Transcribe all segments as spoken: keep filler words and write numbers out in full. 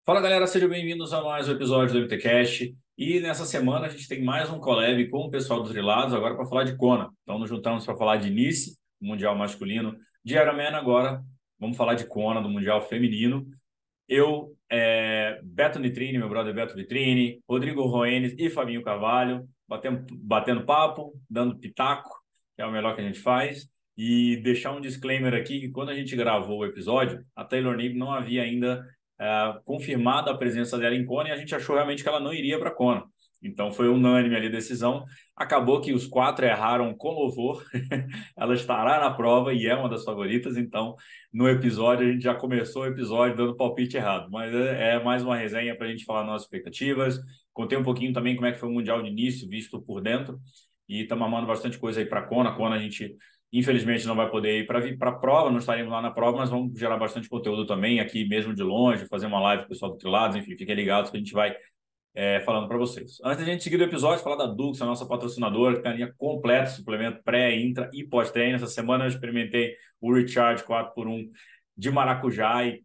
Fala galera, sejam bem-vindos a mais um episódio do MTCast. E nessa semana a gente tem mais um collab com o pessoal dos Trilados, agora para falar de Kona. Então nos juntamos para falar de Nice, o Mundial Masculino, de Ironman agora. Vamos falar de Kona, do Mundial Feminino. Eu, é, Beto Nitrini, meu brother Beto Nitrini, Rodrigo Roenes e Fabinho Carvalho, batendo, batendo papo, dando pitaco, que é o melhor que a gente faz. E deixar um disclaimer aqui, que quando a gente gravou o episódio, a Taylor Knibb não havia ainda é, confirmado a presença dela em Kona e a gente achou realmente que ela não iria para Kona. Então foi unânime ali a decisão. Acabou que os quatro erraram com louvor. Ela estará na prova e é uma das favoritas. Então, no episódio, a gente já começou o episódio dando palpite errado. Mas é, é mais uma resenha para a gente falar nossas expectativas. Contei um pouquinho também como é que foi o Mundial de início, visto por dentro. E estamos amando bastante coisa aí para Kona. Kona a gente, infelizmente, não vai poder ir para a prova. Não estaremos lá na prova, mas vamos gerar bastante conteúdo também aqui mesmo de longe, fazer uma live com o pessoal do Trilados. Enfim, fiquem ligados que a gente vai É, falando para vocês. Antes da gente seguir o episódio, falar da Dux, a nossa patrocinadora, que tem a linha completa, suplemento pré, intra e pós-treino. Essa semana eu experimentei o Recharge quatro por um de maracujá e...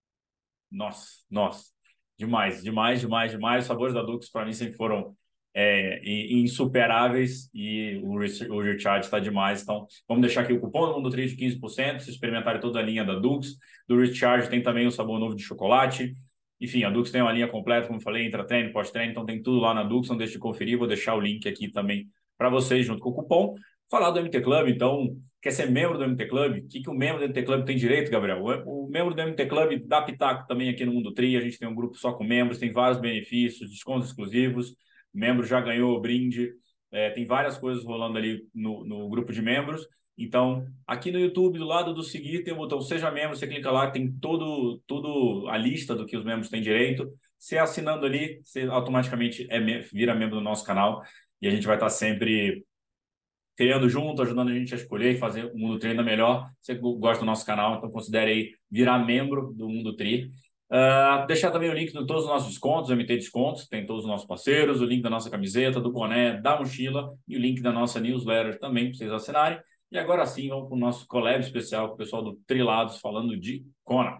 Nossa, nossa, demais, demais, demais, demais. Os sabores da Dux, para mim, sempre foram é, insuperáveis e o, o Recharge está demais. Então, vamos deixar aqui o cupom do Mundo Tri de quinze por cento, se experimentarem toda a linha da Dux. Do Recharge tem também o sabor novo de chocolate. Enfim, a Dux tem uma linha completa, como eu falei, intra-treino, pós-treino, então tem tudo lá na Dux, não deixe de conferir, vou deixar o link aqui também para vocês, junto com o cupom. Falar do M T Club, então, quer ser membro do M T Club? O que, que o membro do M T Club tem direito, Gabriel? O, o membro do M T Club dá pitaco também aqui no Mundo Tri, a gente tem um grupo só com membros, tem vários benefícios, descontos exclusivos, o membro já ganhou o brinde, é, tem várias coisas rolando ali no, no grupo de membros. Então, aqui no YouTube, do lado do seguir, tem o botão Seja Membro, você clica lá, tem todo, tudo a lista do que os membros têm direito. Você assinando ali, você automaticamente é, vira membro do nosso canal e a gente vai estar sempre criando junto, ajudando a gente a escolher e fazer o Mundo Tri ainda melhor. Você gosta do nosso canal, então considere aí virar membro do Mundo Tri. Uh, deixar também o link de todos os nossos descontos, M T Descontos, tem todos os nossos parceiros, o link da nossa camiseta, do boné, da mochila e o link da nossa newsletter também para vocês assinarem. E agora sim, vamos para o nosso collab especial com o pessoal do Trilados falando de Kona.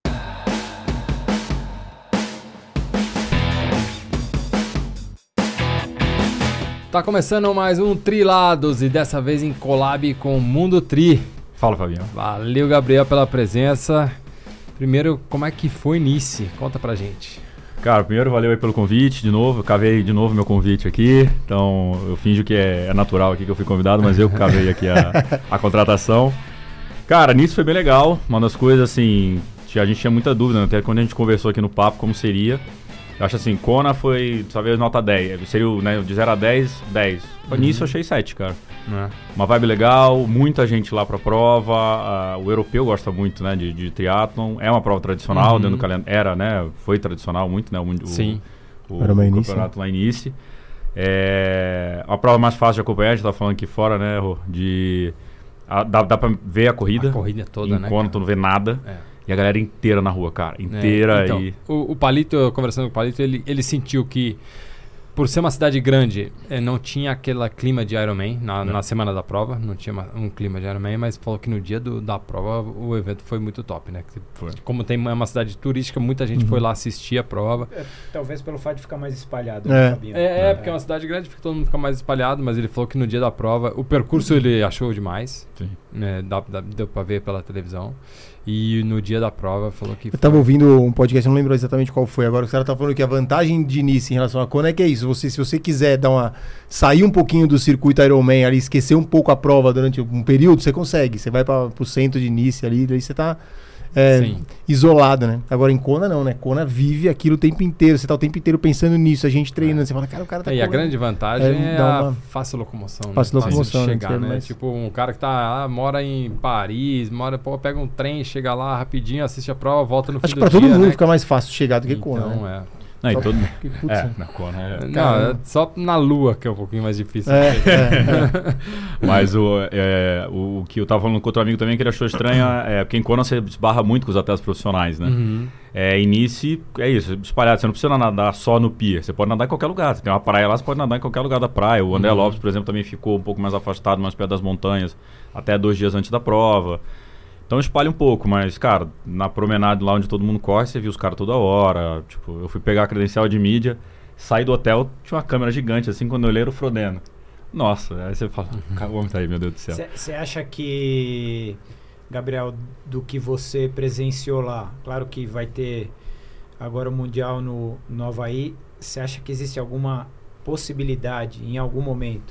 Tá começando mais um Trilados e dessa vez em collab com o Mundo Tri. Fala, Fabinho. Valeu, Gabriel, pela presença. Primeiro, como é que foi Nice? Conta pra gente. Cara, primeiro valeu aí pelo convite, de novo, eu cavei de novo meu convite aqui, então eu finjo que é, é natural aqui que eu fui convidado, mas eu cavei aqui a, a contratação. Cara, Nice foi bem legal, uma das coisas assim, a gente tinha muita dúvida, né? Até quando a gente conversou aqui no papo como seria. Eu acho assim, Kona foi, talvez, nota dez, seria né, de zero a dez, dez. Uhum. Nice eu achei sete, cara. É. Uma vibe legal, muita gente lá pra prova, uh, o europeu gosta muito, né, de, de triatlon, é uma prova tradicional, uhum. dentro do calendário, era, né, foi tradicional muito, né, o, Sim. o, o, o campeonato lá em Nice. É a prova mais fácil de acompanhar, a gente tá falando aqui fora, né, de... A, dá, dá pra ver a corrida. A corrida toda, em né, Kona, tu não vê nada. É. E a galera inteira na rua, cara, inteira. É, então, e... o, o Palito, conversando com o Palito, ele, ele sentiu que por ser uma cidade grande, eh, não tinha aquele clima de Ironman na, na semana da prova, não tinha uma, um clima de Ironman, mas falou que no dia do, da prova o evento foi muito top, né? Que, foi. Como tem é uma cidade turística, muita gente uhum. foi lá assistir a prova. É, talvez pelo fato de ficar mais espalhado, é. né, Fabinho? É, é, é, porque é uma cidade grande, fica todo mundo fica mais espalhado, mas ele falou que no dia da prova, o percurso uhum. ele achou demais, Sim. Né? Dá, dá, deu pra ver pela televisão. E no dia da prova falou que... Eu tava ouvindo um podcast, não lembro exatamente qual foi agora, o cara tava falando que a vantagem de Nice em relação a Kona é que é isso, você, se você quiser dar uma, sair um pouquinho do circuito Ironman ali, esquecer um pouco a prova durante um período, você consegue, você vai para pro centro de Nice ali, daí você tá é, isolado, né? Agora em Kona não, né? Kona vive aquilo o tempo inteiro, você tá o tempo inteiro pensando nisso, a gente treinando, é. você fala, cara, o cara tá... É, e a grande vantagem é, é a uma... fácil locomoção. Fácil né? locomoção, fácil de chegar, né? né? Tipo, um cara que tá, ah, mora em Paris, mora, pô, pega um trem, chega lá rapidinho, assiste a prova, volta no Acho fim que pra do todo dia, mundo né? fica mais fácil chegar do que então, Kona, né? é. Não, e todo... que, putz, é, na Kona é... Não, é só na Lua que é um pouquinho mais difícil. É, é, é. Mas o, é, o, o que eu tava falando com outro amigo também que ele achou estranho é porque em Kona você esbarra muito com os atletas profissionais, né? Uhum. É, em Nice, é isso, espalhado, você não precisa nadar só no pier, você pode nadar em qualquer lugar, você tem uma praia lá, você pode nadar em qualquer lugar da praia. O André uhum. Lopes, por exemplo, também ficou um pouco mais afastado, mais perto das montanhas, até dois dias antes da prova. Então espalha um pouco, mas, cara, na promenade lá onde todo mundo corre, você viu os caras toda hora. Tipo, eu fui pegar a credencial de mídia, saí do hotel, tinha uma câmera gigante, assim, quando eu olhei era o Frodeno. Nossa, aí você fala, o homem tá aí, meu Deus do céu. Você acha que, Gabriel, do que você presenciou lá, claro que vai ter agora o Mundial no, no Havaí, você acha que existe alguma possibilidade, em algum momento,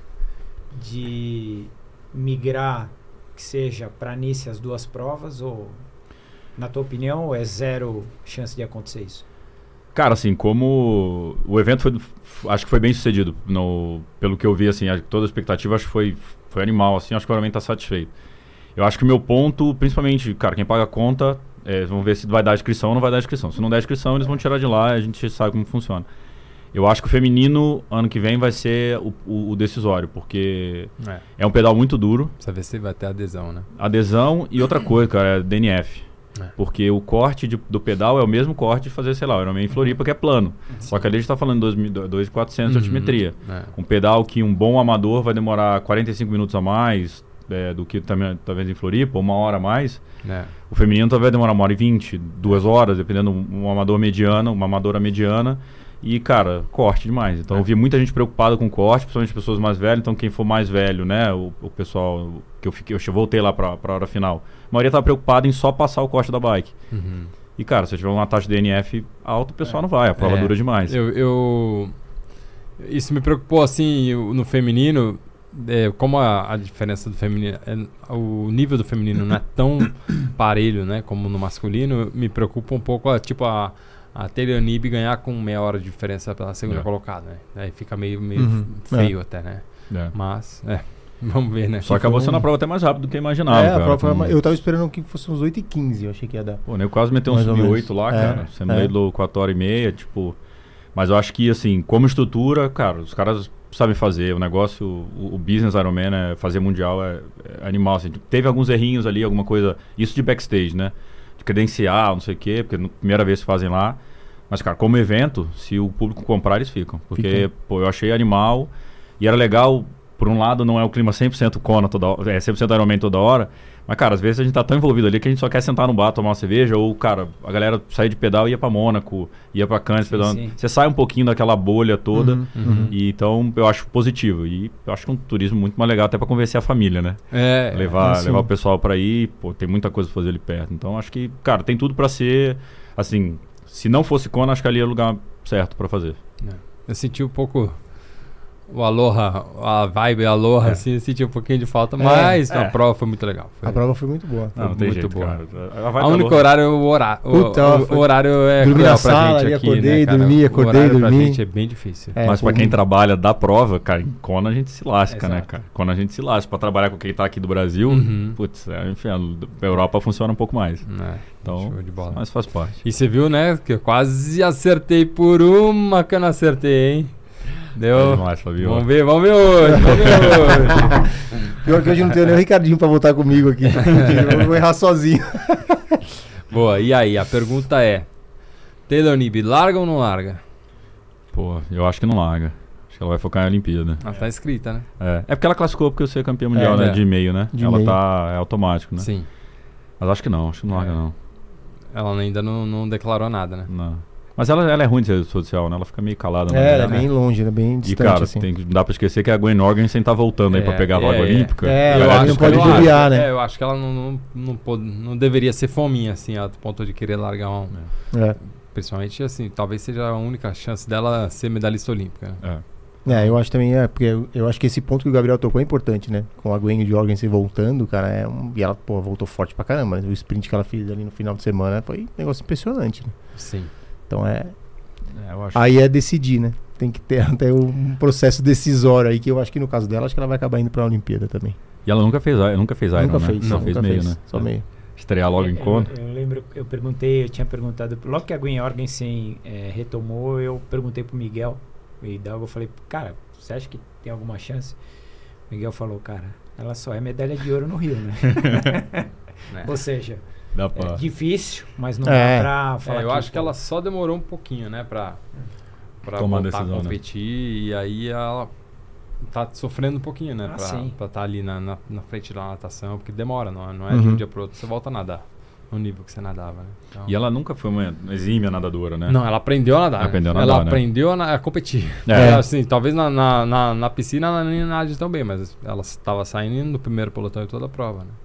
de migrar, que seja para Nice as duas provas, ou, na tua opinião, é zero chance de acontecer isso? Cara, assim, como o evento foi, acho que foi bem sucedido, no, pelo que eu vi, assim, toda a expectativa acho que foi, foi animal, assim, acho que o Ironman tá satisfeito. Eu acho que o meu ponto, principalmente, cara, quem paga a conta, é, vão ver se vai dar inscrição ou não vai dar inscrição. Se não der inscrição, eles vão tirar de lá e a gente sabe como funciona. Eu acho que o feminino, ano que vem, vai ser o, o, o decisório, porque é. é um pedal muito duro. Precisa ver se vai ter adesão, né? Adesão e outra coisa, cara, é D N F. É. Porque o corte de, do pedal é o mesmo corte de fazer, sei lá, o Ironman em Floripa, que é plano. Sim. Só que ali a gente está falando de dois mil e quatrocentos de altimetria. É. Um pedal que um bom amador vai demorar quarenta e cinco minutos a mais é, do que também, talvez em Floripa, uma hora a mais. É. O feminino talvez demorar uma hora e vinte, duas horas, dependendo um, um amador mediano, uma amadora mediana. E, cara, corte demais. Então, é. eu vi muita gente preocupada com corte, principalmente pessoas mais velhas. Então, quem for mais velho, né, o, o pessoal que eu fiquei, eu voltei lá para a hora final, a maioria estava preocupada em só passar o corte da bike. Uhum. E, cara, se tiver uma taxa de D N F alta, o pessoal é. não vai, a prova é. dura demais. Eu, eu... Isso me preocupou, assim, no feminino, é, como a, a diferença do feminino, é, o nível do feminino não é tão parelho, né, como no masculino, me preocupa um pouco, a, tipo, a... a Taylor Nib ganhar com meia hora de diferença pela segunda é. colocada, né? Aí fica meio, meio uhum. feio é. até, né? É. Mas, é, vamos ver, né? Só acabou sendo a prova até mais rápido do que eu imaginava, é, cara. A prova foi, eu tava esperando que fosse uns oito e quinze, eu achei que ia dar. Pô, né, eu quase meteu uns sub oito lá, é. cara. Sendo é. meio quatro horas e meia, tipo... Mas eu acho que, assim, como estrutura, cara, os caras sabem fazer. O negócio, o, o business Ironman, é, fazer mundial é, é animal, assim. Teve alguns errinhos ali, alguma coisa... Isso de backstage, né? Credenciar, não sei o quê, porque é a primeira vez que fazem lá. Mas, cara, como evento, se o público comprar, eles ficam. Porque, Fica. pô, eu achei animal. E era legal, por um lado, não é o clima cem por cento Kona toda hora, é cem por cento Ironman toda hora. Mas, cara, às vezes a gente tá tão envolvido ali que a gente só quer sentar no bar, tomar uma cerveja. Ou, cara, a galera sair de pedal e ia pra Mônaco, ia pra Cannes, pedalando. Você sai um pouquinho daquela bolha toda. Uhum, uhum. E, então, eu acho positivo. E eu acho que é um turismo muito mais legal, até pra convencer a família, né? É. Levar, é, levar o pessoal pra ir. Pô, tem muita coisa pra fazer ali perto. Então, acho que, cara, tem tudo pra ser, assim... Se não fosse Kona, acho que ali é o lugar certo pra fazer. É. Eu senti um pouco o Aloha, a vibe Aloha, é. assim, eu senti um pouquinho de falta, mas é. a é. prova foi muito legal. Foi, a prova foi muito boa. Não, não tem muito jeito, boa. Cara. A, a único horário é o horário. Puta, o, o horário é dormi na sala, pra gente aqui, acordei, né, dormi, acordei, o dormi. Pra gente é bem difícil. É, mas pra quem muito... trabalha da prova, cara, em Kona a gente se lasca, Exato. né, cara? Kona a gente se lasca. Pra trabalhar com quem tá aqui do Brasil, uhum. putz, é, enfim, a Europa funciona um pouco mais. É. Então, show de bola. Mas faz parte. E você viu, né, que eu quase acertei por uma que eu não acertei, hein? Deu. É demais, Fabio. Vamos ver, vamos ver hoje, vamos ver hoje. Pior que hoje não tenho nem o Ricardinho pra voltar comigo aqui. Eu vou errar sozinho. Boa, e aí, a pergunta é: Taylor Nib, larga ou não larga? Pô, eu acho que não larga. Acho que ela vai focar em Olimpíada. Ela tá escrita, né? É, é porque ela classificou porque eu sei campeã mundial, é, né? É. De meio, né? De ela meio. Tá. É automático, né? Sim. Mas acho que não, acho que não larga, é. não. Ela ainda não, não declarou nada, né? Não. Mas ela, ela é ruim de rede social, né? Ela fica meio calada. É, ela é bem longe, ela é bem distante, e, cara, assim. Tem, não dá pra esquecer que a Gwen Jorgensen tá voltando é, aí pra pegar a vaga é, olímpica. É, ela eu acho, não pode bobear, né? É, eu acho que ela não, não, não, pode, não deveria ser fominha, assim, a ponto de querer largar um... É. Principalmente, assim, talvez seja a única chance dela ser medalhista olímpica. É. É, eu acho também, é, porque eu, eu acho que esse ponto que o Gabriel tocou é importante, né? Com a Gwen Jorgensen voltando, cara, é um, e ela, pô, voltou forte pra caramba, né? O sprint que ela fez ali no final de semana foi um negócio impressionante, né? Sim. Então é... É, eu acho aí que... é decidir, né? Tem que ter até um processo decisório aí, que eu acho que no caso dela, acho que ela vai acabar indo pra Olimpíada também. E ela nunca fez, nunca fez Iron, nunca né? Fez, Só não, fez nunca meio, fez, né? Só meio. Estrear logo eu, em Kona. Eu, eu lembro, eu perguntei, eu tinha perguntado, logo que a Gwen Jorgensen é, retomou, eu perguntei pro Miguel Hidalgo, eu falei, cara, você acha que tem alguma chance? O Miguel falou, cara, ela só é medalha de ouro no Rio, né? é. Ou seja... Dá pra... É difícil, mas não é. dá pra falar. É, eu que acho que ela só demorou um pouquinho, né, pra, pra tomar voltar decisão, a competir, né? E aí ela tá sofrendo um pouquinho, né? Ah, pra sim. estar ali na, na, na frente da natação, porque demora, não, é- não é de Uhum. um dia pro outro, você volta a nadar no nível que você nadava, né? Então- E ela nunca foi uma exímia nadadora, né? Não, ela aprendeu a nadar. Ela aprendeu a ela nadar, né? aprendeu a, na- a competir. É. É, assim, talvez na, na, na, na piscina ela nem nade tão bem, mas ela estava saindo no primeiro pelotão e toda a prova, né?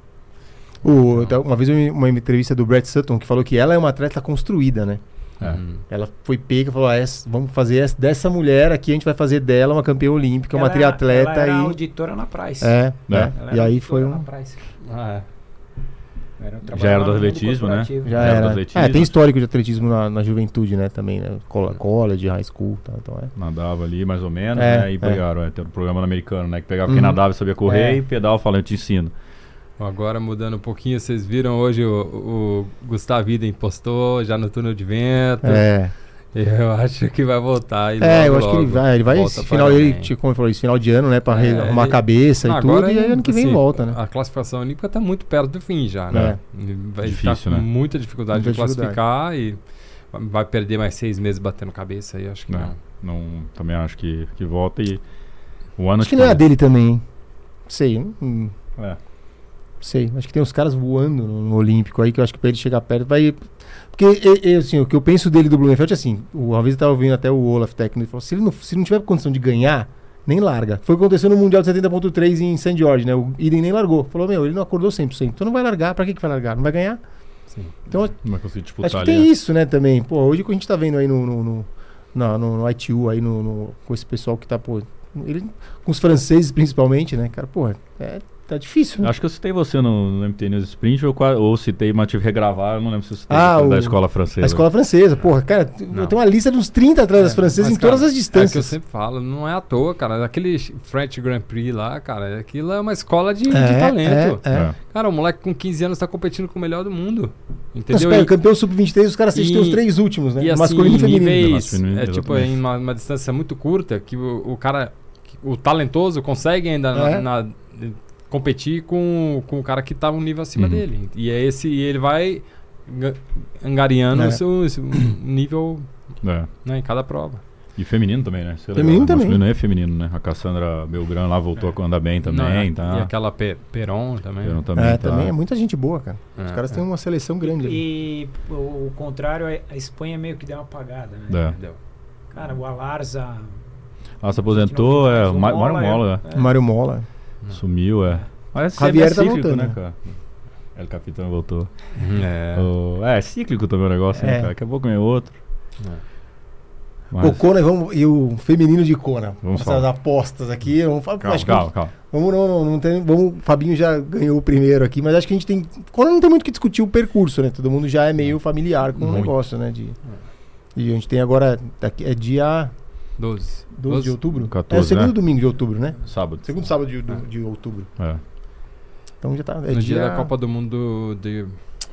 O, até uma vez eu vi uma entrevista do Brett Sutton que falou que ela é uma atleta construída, né? É. Uhum. Ela foi pega e falou: ah, essa- vamos fazer essa, dessa mulher aqui, a gente vai fazer dela uma campeã olímpica, uma Ela- triatleta. Ela era e... auditora na Price. É, É. é. Ela E era aí auditora foi na um. Price. Ah, é. Era, Já trabalhava era do no mundo atletismo, né? corporativo. Já Era do era. atletismo. É, tem histórico de atletismo na, na juventude, né? Também, né? Col- College, high school, tá, então é. Nadava ali mais ou menos, É, né? E é. pegaram, é, tem um programa americano, né? Que pegava Uhum. quem nadava e sabia correr É. e pedal falando, eu te ensino. Bom, agora mudando um pouquinho, vocês viram hoje o, o Gustavo Iden postou já no túnel de vento. É, Eu acho que vai voltar. E é eu logo, acho que ele logo vai. Ele vai volta esse para final, ele, Ironman. tipo, como ele falou, esse final de ano, né? Pra É, re- arrumar a ele- cabeça Não, e tudo, agora, e aí ano que vem assim, volta, né? A classificação olímpica está muito perto do fim já, né? Ele vai Difícil, tá com né? muita dificuldade Muita de classificar e vai perder mais seis meses batendo cabeça aí, acho que Não, não. não, também acho que, que volta e o ano Acho que não é a dele também, hein? Sei, hum, É. sei. Acho que tem uns caras voando no, no Olímpico aí que eu acho que pra ele chegar perto vai. Porque e- e, assim, o que eu penso dele do Blumenfeld é assim: uma vez eu tava ouvindo até o Olaf técnico e falou: se ele não, se não tiver condição de ganhar, nem larga. Foi o que aconteceu no Mundial de setenta ponto três em Saint George, né? O Iden nem largou. Falou: meu, ele não acordou cem por cento. Então não vai largar. Pra que, que vai largar? Não vai ganhar? Sim. Então Não vai conseguir disputar acho que ali. tem né? isso, né, também. Pô, hoje que a gente tá vendo aí no, no, no, na- no, no I T U, aí no, no- com esse pessoal que tá, pô, ele, com os franceses principalmente, né, cara, pô, é, tá difícil, né? Acho que eu citei você no, no M T News Sprint ou, qua- ou citei, mas tive que regravar, eu não lembro se eu citei Ah, você da o- escola francesa. A escola francesa, porra, cara, t- Não. tem uma lista de uns trinta atletas É, franceses mas, em todas cara, as É o que eu distâncias. sempre falo, não é à toa, cara. Aquele French Grand Prix lá, cara, aquilo é uma escola de, de É, talento. é, é. É. Cara, o moleque com quinze anos tá competindo com o melhor do mundo. Mas, Entendeu? pega, E- campeão sub vinte e três, os caras assistem e- os três últimos, né? E assim, Masculino e feminino. níveis, Masculino, é tipo exatamente. em uma, uma distância muito curta que o, o cara, o talentoso consegue ainda na- É. na- competir com, com o cara que tá um nível acima Uhum. dele. E é esse, e ele vai ga- angariando É. o seu, o seu nível, É. né, em cada prova. E feminino também, né? Isso é Feminino legal, né? também. Masculino e feminino, né? A Cassandra Belgrano lá voltou a andar bem também, Não, é- tá? E aquela Pe- Peron também. Peron também, É, tá? também é muita gente boa, cara. Os É, caras é. têm uma seleção grande ali. E o, o contrário, a- a Espanha meio que deu uma apagada, né? É. Deu. Cara, o Alarza... Ela se aposentou, é, o Ma- Mário Mola, Mola, é. Mário Mola. é. Sumiu, é. Mas sempre Javier é tá cíclico, voltando, né, né? cara? El Capitão voltou. É. O- É, é cíclico também o negócio, né, É. cara? Daqui a pouco é outro. É. Mas- O Kona, vamos, e o feminino de Kona. Vamos Essas falar. apostas aqui. Vamos, fa- Calma, acho que- calma, calma. Vamos, não, não, não tem. Vamos, o Fabinho já ganhou o primeiro aqui, mas acho que a gente tem. Kona não tem muito o que discutir o percurso, né? Todo mundo já é meio familiar com o Muito. negócio, né? De, e a gente tem agora. Daqui, é dia doze. doze de outubro? quatorze, é o segundo né? domingo de outubro, né? Sábado. Segundo sábado de, do- de outubro. É. Então já tá. É No dia da Copa do Mundo de,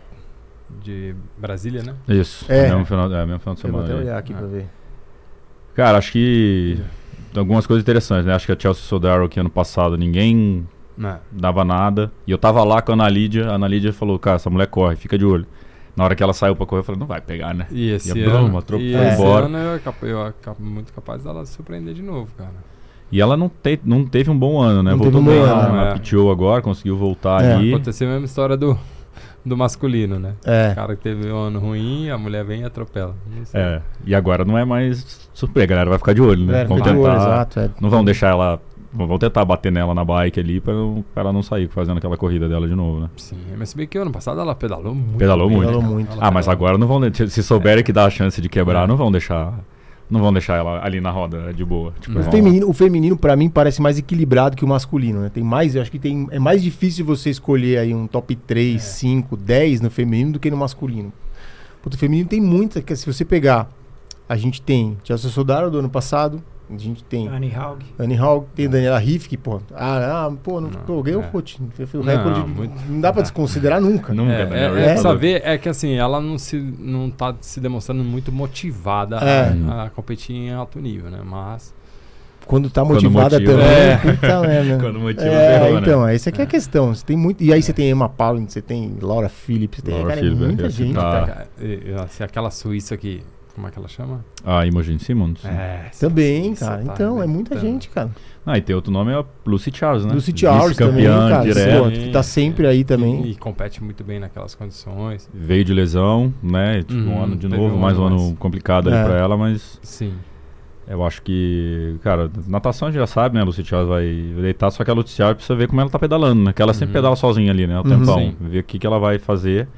de Brasília, né? Isso. É. É. Mesmo final, é, mesmo final de Eu vou semana. até aí. olhar aqui Ah. pra ver. Cara, acho que tem algumas coisas interessantes, né? Acho que a Chelsea Sodaro, que ano passado ninguém Não. dava nada. E eu tava lá com a Ana Lídia. A Ana Lídia falou, cara, essa mulher corre, fica de olho. Na hora que ela saiu pra correr, eu falei, não vai pegar, né? E esse E a ano, Brahma trocou e embora. esse ano eu, cap- eu acabo muito capaz dela se surpreender de novo, cara. E ela não, te, não teve um bom ano, né? Não Voltou teve um bem bom lá ano, na é. P T O agora, conseguiu voltar É. ali. Aconteceu a mesma história do, do masculino, né? É. O cara que teve um ano ruim, a mulher vem e atropela. Não sei. É, e agora não é mais surpresa, a galera vai ficar de olho, né? É, vão fica de tentar, olho, exato, é. não vão deixar ela, vão tentar bater nela na bike ali pra, não- pra ela não sair fazendo aquela corrida dela de novo, né? Sim, mas se bem que ano passado ela pedalou muito. Pedalou bem, muito. né, cara? Pedalou muito. Ela Ah, mas pedalou. agora não vão, de- se souberem que dá a chance de quebrar, É. não vão deixar, não vão deixar ela ali na roda de boa. Tipo, O vão- feminino, o feminino, pra mim, parece mais equilibrado que o masculino, né? Tem mais, eu acho que tem, é mais difícil você escolher aí um top três, cinco, dez no feminino do que no masculino. Puta, o feminino tem muita, que se você pegar, a gente tem Chelsea Sodaro do ano passado, a gente tem Annie Haug. Annie Haug, tem Daniela Riff, que, pô, ah, ah, pô, não, Não, pô, ganhou é. o Coach, foi o Não, recorde, muito- não dá pra desconsiderar nunca. Nunca, É, né? é, Eu é, ia precisa falar. ver, é que assim, ela não, se, não tá se demonstrando muito motivada É. a, a competir em alto nível, né? Mas Quando tá Quando motivada motiva. também, É. puta merda. Quando motiva, É, ferrou, né? então, essa aqui é a questão. Você tem muito, e aí você tem Emma Paulin, você tem Laura Phillips, você tem Laura cara, é Phillips, muita é, gente, tá. cara. cara, e- e, assim, aquela Suíça que como é que ela chama? A Imogen Simmons. É, Também, essa cara. tá Então, é muita arrebentando. gente, cara. Ah, e tem outro nome, é a Lucy Charles, né? Lucy Charles também, Vice-campeã cara. direto. Pô, que tá sempre aí também. E, e compete muito bem naquelas condições. Veio de lesão, né? Tipo, um Uhum, ano de teve novo, um mais um ano ano mais. complicado ali É. pra ela, mas Sim. eu acho que, cara, natação a gente já sabe, né? A Lucy Charles vai deitar, só que a Lucy Charles precisa ver como ela tá pedalando, né? Que ela sempre Uhum. pedala sozinha ali, né? O Uhum. tempão. Sim. Ver o que, que ela vai fazer.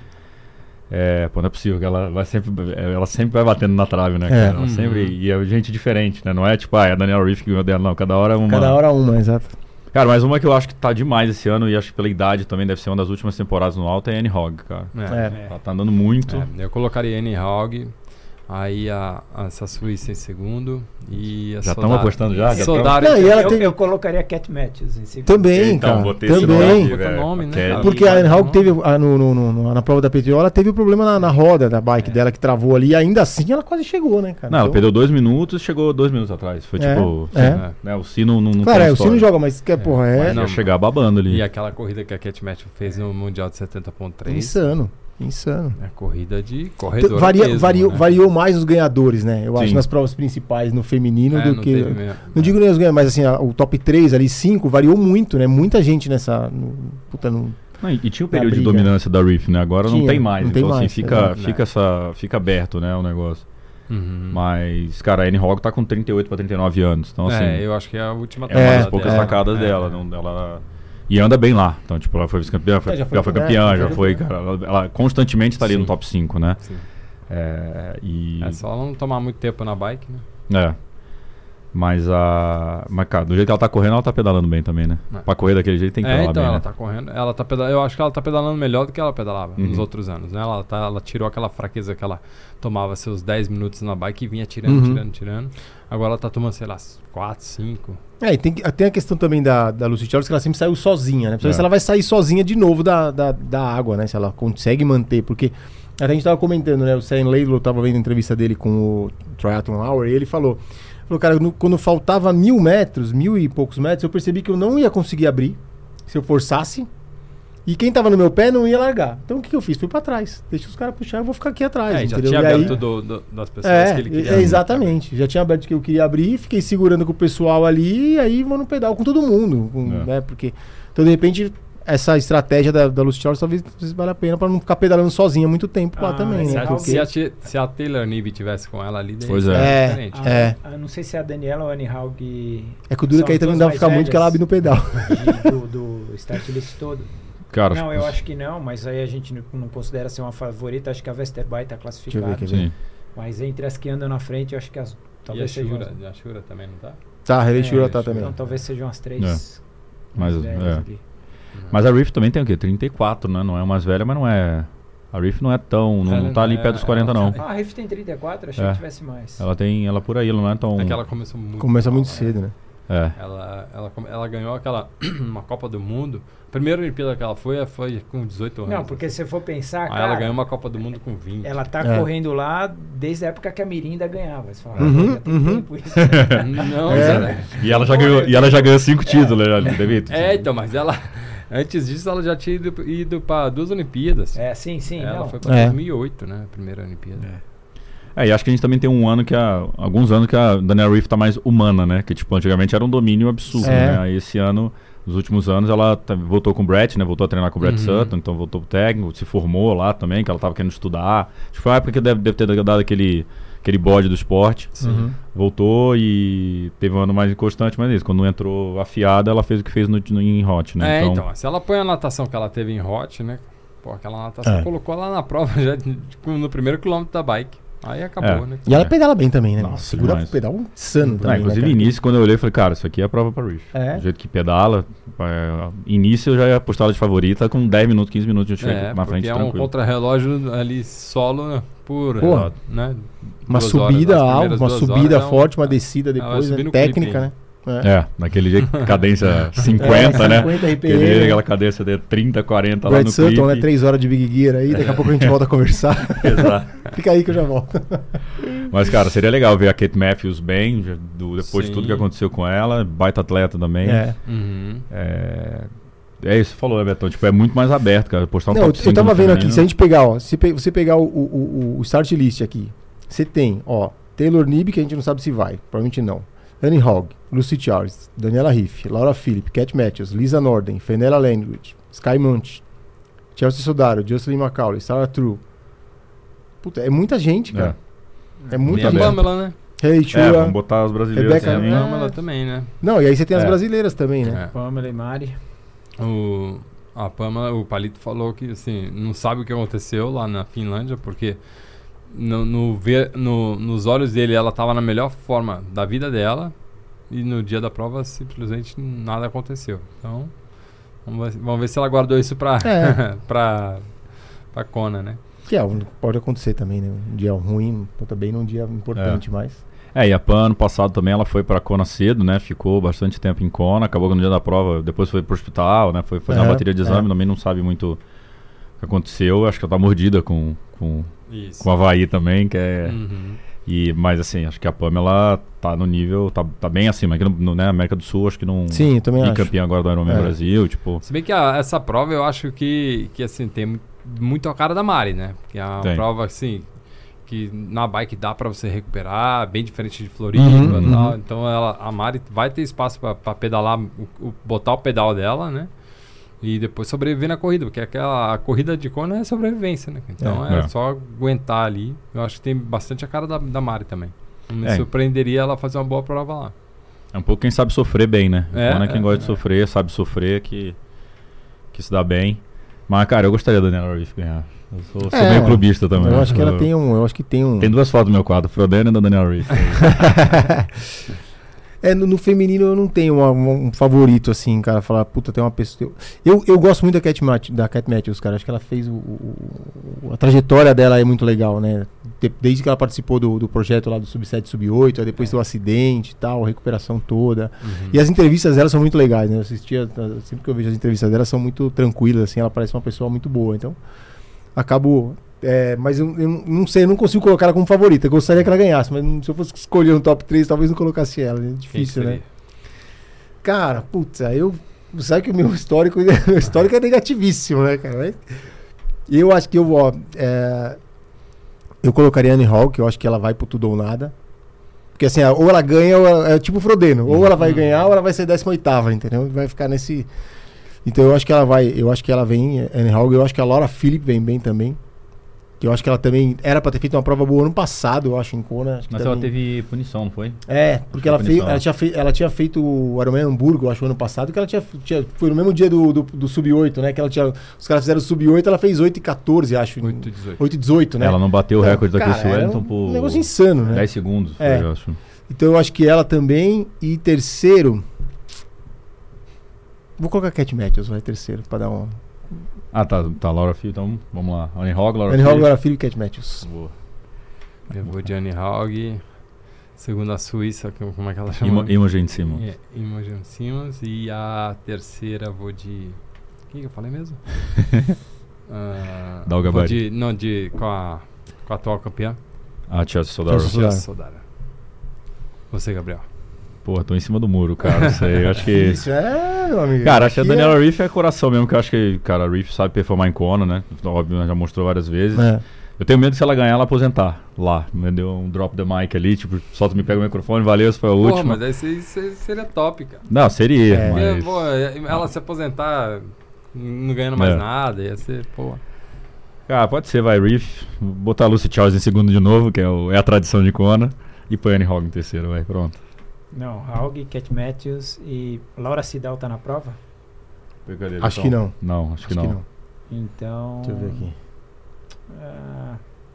É, pô, não é possível que ela vai sempre, ela sempre vai batendo na trave, né? É. cara? Ela Uhum. sempre, e é gente diferente, né? Não é tipo, ah, é a Daniela Riff que ganhou dela, não. Cada hora é uma. Cada hora uma, exato. Cara, mas uma que eu acho que tá demais esse ano, e acho que pela idade também deve ser uma das últimas temporadas no alto, é a Annie Hogg, cara. É. É. Ela tá andando muito. É, eu colocaria Annie Hogg, aí a, a essa Suíça em segundo e a Já Soldado- estamos apostando já? Já Soldado Não, e ela eu, tem- eu colocaria Cat Matthews em segundo. Também, Então, cara. botei esse Também. nome aqui, Outro velho. nome, né, Kelly. cara? Porque a Anne Hogg Não. teve, ah, no, no- no- no- na prova da P T O, ela teve o problema na, na roda da bike dela que travou ali, e ainda assim ela quase chegou, né, cara? Não, ela Então- perdeu dois minutos e chegou dois minutos atrás. Foi É, tipo. é. sim, né, o Sino não, não Claro, tem é, o história. Sino joga, mas que, porra, é Mas Não, ia chegar babando ali. E aquela corrida que a Cat Matthews fez no Mundial de setenta ponto três. insano. Insano. É corrida de Então, corredor. varia, mesmo, variou, né? variou mais os ganhadores, né? Eu acho, Sim. nas provas principais no feminino É, do não que. teve mesmo. Não digo nem os ganhadores, mas assim, a- o top três ali, cinco, variou muito, né? Muita gente nessa. No, puta, no, Não, e, e tinha o Na período de briga. dominância da Riff, né? Agora não Tinha, tem mais. não tem então, mais, assim, fica, exato. fica, essa, fica aberto, né? O negócio. Uhum. Mas, cara, a Annie Hogg tá com trinta e oito para trinta e nove anos. Então, assim. É, eu acho que é a última É uma das temporada poucas dela. sacadas É, dela. é. Não, ela, e anda bem lá. Então, tipo, ela foi vice-campeã, foi- É, já já foi, foi- campeã, é, já já foi, foi. cara. Ela, ela constantemente tá ali Sim. no top cinco, né? Sim. É, e, É só ela não tomar muito tempo na bike, né? é. Mas a. Mas, cara, do jeito que ela tá correndo, ela tá pedalando bem também, né? É. Pra correr daquele jeito tem que É, pedalar então bem. ela né? tá correndo, ela tá pedalando, eu acho que ela tá pedalando melhor do que ela pedalava nos Uhum. outros anos, né? Ela, tá, ela tirou aquela fraqueza que ela tomava seus dez minutos na bike e vinha tirando, Uhum. tirando, tirando. Agora ela tá tomando, sei lá, quatro, cinco. É, e tem, que- tem a questão também da, da Lucy Charles, que ela sempre saiu sozinha, né? Precisa ver É. se ela vai sair sozinha de novo da, da, da água, né? Se ela consegue manter, porque até a gente tava comentando, né? O Sam Laidlaw tava vendo a entrevista dele com o Triathlon Hour e ele falou, falou, cara, no- quando faltava mil metros, mil e poucos metros, eu percebi que eu não ia conseguir abrir se eu forçasse. E quem tava no meu pé não ia largar. Então o que, que eu fiz? Fui pra trás. Deixa os caras puxar, eu vou ficar aqui atrás. É, já entendeu? tinha E aí- aberto do, do, das pessoas é, que ele queria. é, exatamente. Já tinha aberto o que eu queria abrir, fiquei segurando com o pessoal ali e aí vou no pedal com todo mundo. com- É. né, porque, então, de repente, essa estratégia da, da Lucy Charles talvez valha a pena pra não ficar pedalando sozinha muito tempo lá Ah, também. se Se Né, a, alguém- porque... se, a, Ti- se a Taylor Neve tivesse com ela ali, daí Pois seria é. diferente. Ah, É. ah, não sei se é a Daniela ou a Annie Hogg É que o duro é que aí são também as não dá pra duas ficar mais muito que ela abre no pedal. de- do, do start list todo. Cara, Não, eu acho que não, mas aí a gente não, não considera ser uma favorita. Acho que a Westerby tá classificada. Deixa eu ver, quer ver. Sim. Mas entre as que andam na frente, eu acho que as E a talvez sejam. Shura, a Shura também não tá? Tá, a Relay É, Shura tá também. Então talvez sejam as três. É. mais Mas, velhas é. ali. Mas a Riff também tem o quê? trinta e quatro, né? Não é mais velha, mas não é. A Riff não é tão. Não, Ela não tá ali é- perto dos quarenta, ela- não. Ah, a Riff tem trinta e quatro, achei É. que tivesse mais. Ela tem. Ela por aí, ela não é tão. É que ela começou muito Começa mal, muito né? cedo, né? É. Ela, ela, come- ela ganhou aquela uma Copa do Mundo. A primeira Olimpíada que ela foi foi com dezoito anos. Não, porque se for pensar, Aí cara, ela ganhou uma Copa do Mundo com vinte. ela tá É. correndo lá desde a época que a Mirinda ganhava. Você fala, Uhum, ah, já tem uhum. tempo isso. Não, É. Zé. E ela já ganhou, e ela já ganhou cinco títulos, né, ali, David? É, então, mas ela. Antes disso, ela já tinha ido, ido para duas Olimpíadas. É, sim, sim. ela não. foi para É. dois mil e oito, né? A primeira Olimpíada. É, e acho que a gente também tem um ano que a. Alguns anos que a Daniela Riff tá mais humana, né? Que, tipo, antigamente era um domínio absurdo, É. né? Aí esse ano, nos últimos anos, ela tá- voltou com o Brett, né? Voltou a treinar com o Brett Uhum. Sutton, então voltou pro técnico, se formou lá também, que ela tava querendo estudar. Acho que foi a época que deve, deve ter dado aquele, aquele bode do esporte. Uhum. Voltou e teve um ano mais inconstante, mas é isso. Quando entrou afiada, ela fez o que fez no, no, em hot, né? É, então, se ela põe a natação que ela teve em hot, né? Pô, aquela natação É. colocou ela na prova já de- de- no primeiro quilômetro da bike. Aí acabou, É. né? E ela É. pedala bem também, né? Nossa, Segura demais. o pedal insano Ah, também. inclusive, né, cara? início, quando eu olhei, eu falei, cara, isso aqui é a prova pra Riff. É. Do jeito que pedala. É, início eu já ia apostar ela de favorita, com dez minutos, quinze minutos eu chego É, na porque frente é um tranquilo. contrarrelógio ali solo, né, por, Porra. né? Uma duas horas, subida as alta, primeiras uma duas subida horas é um- forte, uma descida ela vai depois, subir né? no Técnica, clipe, né? É, naquele jeito, cadência cinquenta, É, né? cinquenta R P M, Aquele, né? aquela cadência de trinta, quarenta lá Brad no Sutton, né? clipe. Três horas de Big Gear aí, daqui a pouco a gente volta a conversar. Exato. Fica aí que eu já volto. Mas, cara, seria legal ver a Kate Matthews bem, já do- depois Sim. de tudo que aconteceu com ela. Baita atleta também. É. Uhum. É, é isso que você falou, né, Betão? Tipo, é muito mais aberto, cara. Postar um Não, eu, top cinco eu tava no vendo feminino. aqui, se a gente pegar, ó, se pe- você pegar o, o, o- o start list aqui, Você tem, ó, Taylor Nibb, que a gente não sabe se vai, provavelmente não. Annie Hogg, Lucy Charles, Daniela Riff, Laura Philipp, Cat Matthews, Lisa Norden, Fenella Langridge, Sky Munch, Chelsea Sodaro, Jocelyn Macaulay, Sarah True. Puta, é muita gente, cara. É, é muita E a gente. Pamela, né? Hey, É, Chua. vamos botar os brasileiros Rebecca- Tem também. a Pamela também, né? Não, e aí você tem as É. brasileiras também, né? É. Pamela e Mari. O, a Pamela, o Palito falou que assim, não sabe o que aconteceu lá na Finlândia, porque no, no ver, no, nos olhos dele ela estava na melhor forma da vida dela e no dia da prova simplesmente nada aconteceu. Então, vamos ver, vamos ver se ela guardou isso para É. para para Kona, né? Que é, pode acontecer também, né? Um dia ruim, também num dia importante, mas... É, e a Pan ano passado também ela foi pra Kona cedo, né? Ficou bastante tempo em Kona, acabou que no dia da prova, depois foi pro hospital, né? Foi fazer É, uma bateria de exame, é. também não sabe muito o que aconteceu. Acho que ela tá mordida com, com, Isso. com o Havaí também, que é... Uhum. E, mas assim, acho que a Pamela tá no nível, tá, tá bem acima. Aqui no, no né, América do Sul, acho que não... Sim, eu também E acho. campeã agora do Ironman É. Brasil, tipo... Se bem que a- essa prova eu acho que, que assim, tem mu- muito a cara da Mari, né? Porque é uma Tem. prova assim, que na bike dá pra você recuperar, bem diferente de Floripa Uhum, e tal. uhum. Então ela, a Mari vai ter espaço pra, pra pedalar, o, o- botar o pedal dela, né? E depois sobreviver na corrida, porque aquela a corrida de Kona é sobrevivência, né? Então É. é, É. só aguentar ali. Eu acho que tem bastante a cara da, da Mari também. Não me É. surpreenderia ela fazer uma boa prova lá. É um pouco quem sabe sofrer bem, né? É, Quando é quem é, gosta de é. sofrer, sabe sofrer, que, que se dá bem. Mas, cara, eu gostaria da Daniela Riff ganhar. Eu sou, sou É, meio clubista também. Eu acho que ela Eu- tem um... Eu acho que tem um... Tem duas fotos no meu quadro, Frodeno e da Daniela Riff. É, no, no feminino eu não tenho uma- uma- um favorito, assim, cara, falar, puta, tem uma pessoa... Eu, eu gosto muito da Cat, Mat da Cat Matthews, cara, acho que ela fez o, o- a trajetória dela é muito legal, né? De- desde que ela participou do, do projeto lá do sub sete, sub oito, aí depois É. do acidente e tal, a recuperação toda. Uhum. E as entrevistas dela são muito legais, né? Eu assistia, tá, sempre que eu vejo as entrevistas dela, são muito tranquilas, assim, ela parece uma pessoa muito boa, então acabo... É, mas eu, eu não sei, eu não consigo colocar ela como favorita. Eu gostaria que ela ganhasse, mas não- se eu fosse escolher um top três, talvez não colocasse ela. É Quem difícil, né? seria? Cara, putz, aí eu. Sabe que o meu histórico, meu histórico é negativíssimo, né, cara? Mas eu acho que eu, ó, é, eu colocaria a Annie Hall, que eu acho que ela vai pro tudo ou nada. Porque assim, ou ela ganha, ou ela, é tipo o Frodeno. Ou ela vai Uhum. ganhar, ou ela vai ser décima oitava, entendeu? Vai ficar nesse. Então eu acho que ela vai. Eu acho que ela vem, Annie Hall, eu acho que a Laura Philipp vem bem também. Que eu acho que ela também era pra ter feito uma prova boa ano passado, eu acho, em Kona. Acho que Mas também... ela teve punição, não foi? É, porque Foi ela, punição. fez, ela, tinha fei, ela tinha feito o Ironman Hamburgo, eu acho, ano passado, que ela tinha, tinha foi no mesmo dia do, do, do sub oito, né? Que ela tinha, os caras fizeram o sub oito, ela fez oito e quatorze, acho. oito e dezoito. oito e dezoito, né? Ela não bateu o Então, recorde da cara, Chris era Wellington um por negócio insano, né? dez segundos, foi, É. eu acho. Então eu acho que ela também. E terceiro. Vou colocar a Cat Matthews, vai terceiro, pra dar um. Ah, tá, tá, Laura Phil, então vamos lá. Annie Hogg, Laura Annie Phil. Hall, Laura Philipp e Cat Matthews. Boa. Eu vou de Annie Haug, segunda a Suíça, que- como é que ela chama? Imo- Imogen Simons. É, Imogen Simmons. E a terceira vou de... Quem que eu falei mesmo? Ah, Dá o vou gabarito. de, não, de... Com a, com a atual campeã. Ah, Chelsea Sodaro. Chelsea Sodaro. Chelsea Sodara. Você, Gabriel. Pô, tô em cima do muro, cara. Não sei, eu acho que... Isso é, meu amigo. Cara, acho que a Aqui é- Daniela Riff é coração mesmo, que eu acho que, cara, a Riff sabe performar em Kona, né? Óbvio, ela já mostrou várias vezes. É. Eu tenho medo que se ela ganhar, ela aposentar lá. Me deu um drop the mic ali, tipo, solta, me pega o microfone, valeu, essa foi a Porra, última. mas aí se- se- seria top, cara. Não, seria, É. Porque, mas... pô, ela se aposentar não ganhando mais É. nada, ia ser, pô... Cara, pode ser, vai, Riff. Vou botar a Lucy Charles em segundo de novo, que é, o- é a tradição de Kona. E põe a Annie Hogg em terceiro, vai, pronto. Não, Haug, Cat Matthews e Laura Sidal tá na prova? Acho que não. Não, acho, Acho que não. Então. Deixa eu ver aqui. ah,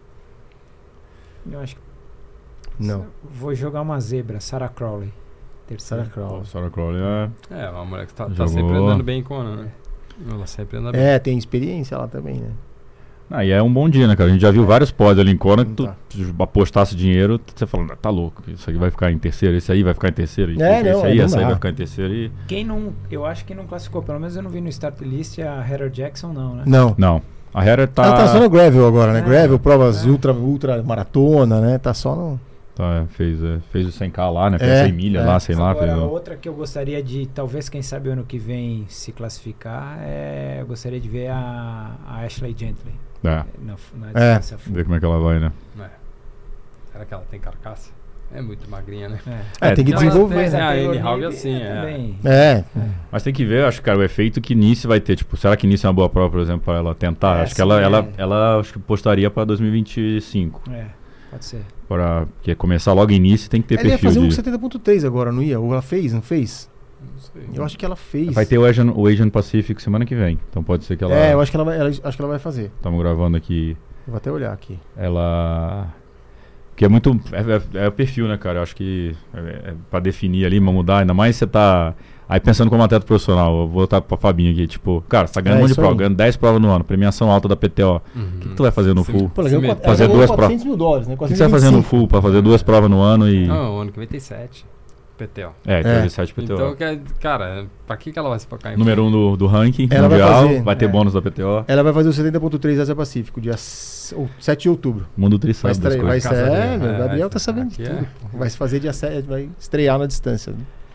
eu acho que. Não. Vou jogar uma zebra, Sarah Crowley. Terceira. Sarah Crowley. Pô, Sarah Crowley é... É, uma mulher que tá, tá Jogou. sempre andando bem em Kona, né? Ela sempre anda bem. É, tem experiência lá também, né? Ah, e é um bom dia, né, cara? A gente já viu vários pódios ali em Kona que tu Tá. tu apostasse dinheiro, você fala, tá louco, isso aqui vai ficar em terceiro, esse aí vai ficar em terceiro, esse, É, não, esse aí, não essa aí dá. vai ficar em terceiro e... Quem não. Eu acho que não classificou, pelo menos eu não vi no start list a Heather Jackson, não, né? Não. Não, a Hera tá... Ela tá só no gravel agora, né? É, Gravel, provas é. ultra, ultra maratona, né? Tá só no... tá, fez, é, fez o cem K lá, né? Fez É, cem milha é. lá, sei lá. Agora, Fez, o- outra que eu gostaria de, talvez, quem sabe ano que vem se classificar, é, eu gostaria de ver a, a Ashley Gently É, na, na É. distância full. ver como é que ela vai, né? É. Será que ela tem carcaça? É muito magrinha, né? É, tem que Mas- desenvolver, mas né? a Taylor N-Hawk Nib assim, é. também. É, Mas tem que ver, acho que, cara, o efeito que Nice vai ter. Tipo, será que Nice é uma boa prova, por exemplo, para ela tentar? É, acho que sim, ela, é. ela, ela acho que postaria para dois mil e vinte e cinco. É, pode ser. Para porque começar logo em Nice tem que ter ela ia perfil fazer um de... setenta ponto três agora, não ia? Ou ela fez, não fez? Não sei. Eu acho que ela fez. Vai ter o Asian, o Asian Pacific semana que vem. Então pode ser que ela... É, eu acho que ela vai, ela- acho que ela vai fazer. Estamos gravando aqui. Eu vou até olhar aqui. Ela... Que é muito... É, é, é o perfil, né, cara? Eu acho que é, é pra definir ali, pra mudar. Ainda mais você tá... Aí pensando como atleta profissional, eu vou voltar pra Fabinho aqui. Tipo, cara, você tá ganhando É um monte de isso prova, aí. ganhando dez provas no ano, premiação alta da P T O. O que, que tu vai fazer no Sim. full? Pô, ela Sim, ganhou mesmo. quatro- ela Fazer ganhou duas provas. quatrocentos mil dólares, né? O que, que você vai fazer no full pra fazer duas provas no ano e... Não, o ano que vem tem sete. P T O. É, tem É. sete P T O. Então, que- cara, pra que, que ela vai se focar em Número um do, do ranking Ela vai mundial, fazer, vai ter é. bônus da P T O. Ela vai fazer o setenta ponto três Ásia Pacífico, dia s- ou sete de outubro. Mundo tri Vai sabe das estrear, vai coisas. estrear, Casa é, dele. meu, o Gabriel É, tá sabendo de aqui tudo. é. pô. Vai se fazer dia sete, vai estrear na distância.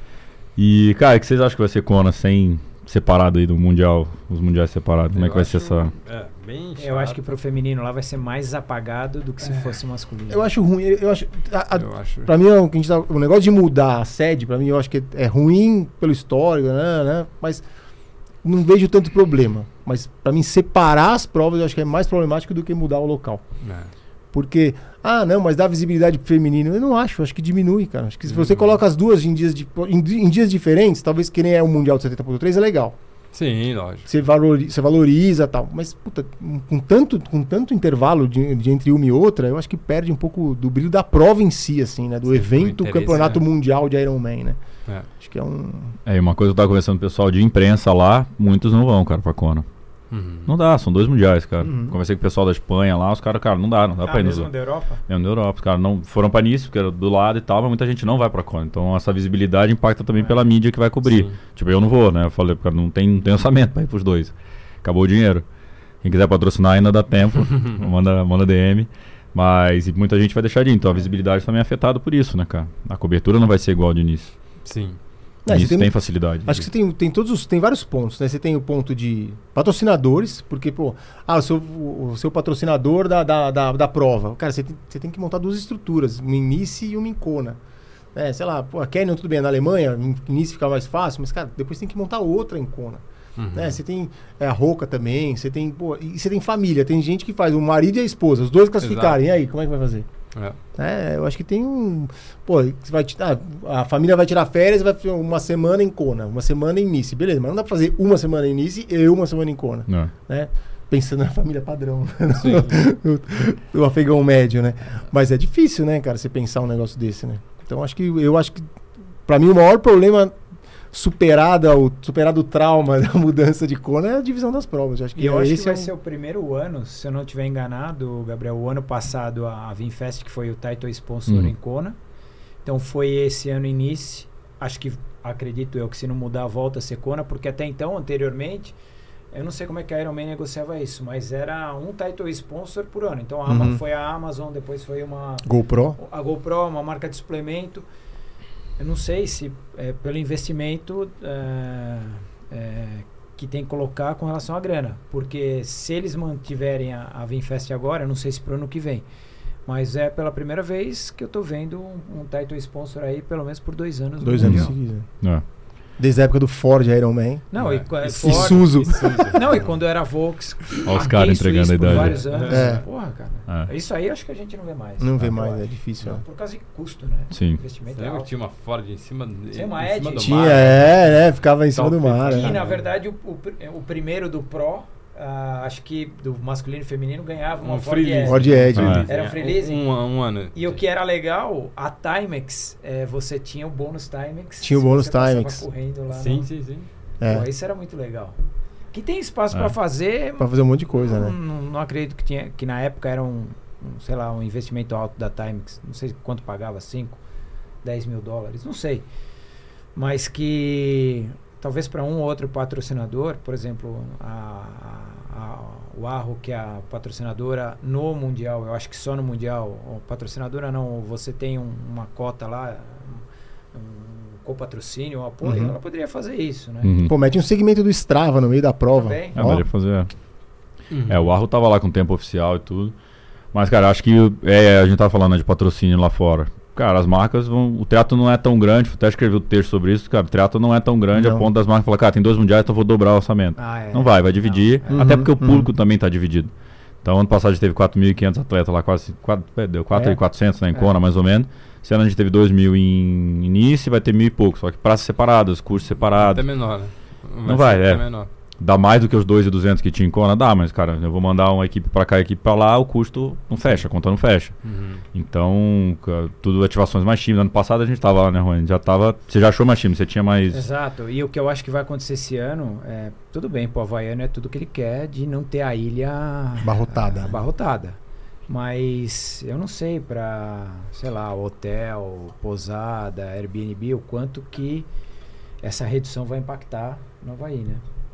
E, cara, o que vocês acham que vai ser Kona sem separado aí do Mundial, os Mundiais separados? Como é que vai ser essa... É, bem Eu acho chato. que pro feminino lá vai ser mais apagado do que se fosse masculino. Eu acho ruim, eu acho... A, a, Eu acho. pra mim, o, que a gente tá- o negócio de mudar a sede, pra mim, eu acho que é ruim pelo histórico, né, né? Mas não vejo tanto problema. Mas pra mim, separar as provas, eu acho que é mais problemático do que mudar o local. É. Porque, ah, não, mas dá visibilidade pro feminino. Eu não acho, eu acho que diminui, cara. Acho que se você Uhum. coloca as duas em dias, de, em, em dias diferentes, talvez que nem é o Mundial de setenta ponto três, é legal. Sim, lógico. Você valoriza, você valoriza tal. Mas, puta, com tanto, com tanto intervalo de, de entre uma e outra, eu acho que perde um pouco do brilho da prova em si, assim, né? Do Sim, evento o interesse, campeonato né? mundial de Ironman, né? É. Acho que é um... É, e uma coisa que eu tava conversando com o pessoal de imprensa lá, muitos não vão, cara, pra Kona. Uhum. Não dá, são dois mundiais, cara. Uhum. Conversei com o pessoal da Espanha lá, os caras, cara, não dá, não dá Ah, pra ir nos mesmo da Europa? mesmo na Europa. Os caras não foram pra Nice, porque era do lado e tal, mas muita gente não vai pra Kona. Então essa visibilidade impacta também É. pela mídia que vai cobrir. Sim. Tipo, eu não vou, né? Eu falei, cara, não tem, não tem orçamento pra ir pros dois. Acabou o dinheiro. Quem quiser patrocinar ainda dá tempo, manda, manda D M. Mas e muita gente vai deixar de ir. Então a visibilidade também é afetada por isso, né, cara? A cobertura não vai ser igual de Nice. Sim. É, Nice você tem, tem- facilidade. Acho que você tem, tem todos os, tem vários pontos, né? Você tem o ponto de patrocinadores, porque, pô, ah, o seu, o, o seu patrocinador da, da, da, da prova. Cara, você tem, você tem que montar duas estruturas, uma em Nice e uma em Kona. É, sei lá, pô, a Canyon, tudo bem, na Alemanha, em Nice fica mais fácil, mas, cara, depois tem que montar outra em Kona. Uhum. Né? Você tem é, a Roca também, você tem, pô, e você tem família, tem gente que faz o marido e a esposa, os dois classificarem. E aí, como é que vai fazer? É. É, eu acho que tem um. Pô, você vai, ti- ah, a família vai tirar férias, vai fazer uma semana em Kona, uma semana em Nice. Beleza, mas não dá pra fazer uma semana em Nice e uma semana em Kona, Não. né? Pensando na família padrão, né? Sim. do afegão médio, né? Mas é difícil, né, cara, você pensar um negócio desse, né? Então acho que eu acho que pra mim o maior problema superado o superado o trauma da mudança de Kona é a divisão das provas. Eu acho que E eu acho esse que vai é um- ser o primeiro ano, se eu não estiver enganado, Gabriel, o ano passado a Vinfest, que foi o title sponsor Hum. em Kona. Então foi esse ano em Nice. Acho que, acredito eu, que se não mudar a volta a ser Kona, porque até então, anteriormente, eu não sei como é que a Ironman negociava isso, mas era um title sponsor por ano. Então a Ama- Uhum. foi a Amazon, depois foi uma GoPro. a GoPro, uma marca de suplemento. Eu não sei se é pelo investimento é, é, que tem que colocar com relação à grana. Porque se eles mantiverem a, a Vinfest agora, eu não sei se para o ano que vem. Mas é pela primeira vez que eu estou vendo um, um title sponsor aí, pelo menos por dois anos. no Dois anos Mundial. seguidos. né? É. Desde a época do Ford Ironman. Não, É. e, qua- E Ford- Isuzu. Não, e quando era Volks, Olha os a caras K-Swiss entregando a por idade. vários anos. É. Porra, cara. É. Isso aí acho que a gente não vê mais. Não vê eu mais, acho. é difícil. Não, né? por causa de custo, né? Sim. Investimento Você é lembra alto. que tinha uma Ford em cima, Tinha em uma cima Edge. do Tinha, mar? é, é, ficava em cima Top do mar. E né? na verdade o, o, pr- o primeiro do Pro, ah, acho que do masculino e feminino ganhava uma Um Ford freelance. Edge. Ford Edge. Ah, Era um freelance? Um, um ano. E o que era legal, a Timex, é, você tinha o bônus Timex. Tinha o se bônus você passava Timex. correndo lá. Sim, no- sim, sim. É, Pô, isso era muito legal. Que tem espaço É. pra fazer, pra fazer um monte de coisa, não, né? não, não acredito que tinha, que na época era um, um, sei lá, um investimento alto da Timex. Não sei quanto pagava, cinco, dez mil dólares, não sei. Mas que talvez para um ou outro patrocinador, por exemplo, a, a, a, o Arro, que é a patrocinadora no Mundial, eu acho que só no Mundial, ou patrocinadora não, você tem um- uma cota lá, um, um copatrocínio, um apoio, Uhum. ela poderia fazer isso, né? Uhum. Pô, mete um segmento do Strava no meio da prova. Também. É, Ó, daria pra fazer. Uhum. É, o Arro tava lá com tempo oficial e tudo. Mas, cara, acho que é, a gente tava falando, né, de patrocínio lá fora. Cara, as marcas vão... O teatro não é tão grande, até escrevi o texto sobre isso, cara, o teatro não é tão grande não. a ponto das marcas falar, cara, tem dois mundiais, então eu vou dobrar o orçamento. Ah, é. Não vai, vai dividir, não, é. até porque uhum, o público uhum. também tá dividido. Então, ano passado a gente teve quatro mil e quinhentos atletas lá, quase quatro, deu quatro mil e quatrocentos, é. né, em Kona, é. mais ou menos. Esse ano a gente teve dois mil em início e vai ter mil e pouco, só que praças separadas, cursos separados. Até menor, né? Vai não vai, é. Menor. Dá mais do que os dois mil e duzentos que tinha em Kona? Dá, mas, cara, eu vou mandar uma equipe pra cá e equipe pra lá, o custo não fecha, a conta não fecha. Uhum. Então, cara, tudo ativações mais tímidas. Ano passado a gente tava lá, né, Rony? Já tava... Você já achou mais time, você tinha mais... Exato. E o que eu acho que vai acontecer esse ano, é tudo bem, pô, o Havaiano é tudo que ele quer de não ter a ilha... Abarrotada. Abarrotada. Mas eu não sei pra, sei lá, hotel, pousada, Airbnb, o quanto que essa redução vai impactar no Havaí, né?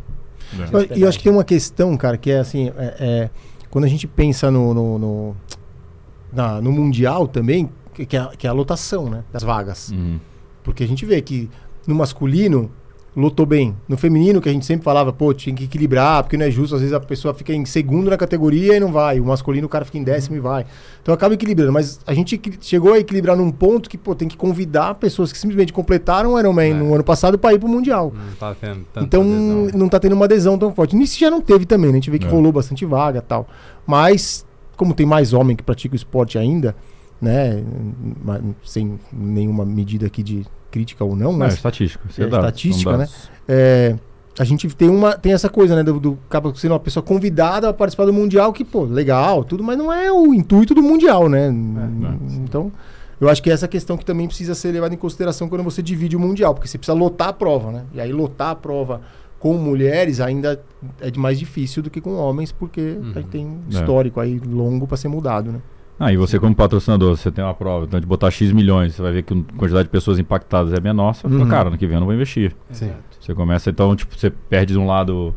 E eu acho que tem uma questão, cara, que é assim, é, é, quando a gente pensa no, no, no, na, no Mundial também, que, que, é, que é a lotação, né, das vagas. Uhum. Porque a gente vê que no masculino lotou bem. No feminino, que a gente sempre falava, pô, tinha que equilibrar, porque não é justo, às vezes a pessoa fica em segundo na categoria e não vai. O masculino, o cara fica em décimo e vai. Então acaba equilibrando. Mas a gente chegou a equilibrar num ponto que, pô, tem que convidar pessoas que simplesmente completaram o Ironman é. no ano passado para ir pro Mundial. Não tá tendo tanta então adesão. Não tá tendo uma adesão tão forte. Nisso já não teve também, né? A gente vê que é. rolou bastante vaga e tal. Mas, como tem mais homem que pratica o esporte ainda, né? Sem nenhuma medida aqui de crítica ou não, mas... É, estatística. É, é estatística, né? É, a gente tem, uma, tem essa coisa, né? Do, do acaba sendo uma pessoa convidada a participar do Mundial, que, pô, legal, tudo, mas não é o intuito do Mundial, né? É, então, eu acho que essa questão que também precisa ser levada em consideração quando você divide o Mundial, porque você precisa lotar a prova, né? E aí lotar a prova com mulheres ainda é de mais difícil do que com homens, porque uhum. aí tem um histórico aí longo para ser mudado, né? Ah, e você como patrocinador, você tem uma prova, então de botar X milhões, você vai ver que a quantidade de pessoas impactadas é menor, você uhum. fala, cara, ano que vem eu não vou investir. Sim. Você começa, então, tipo, você perde de um lado,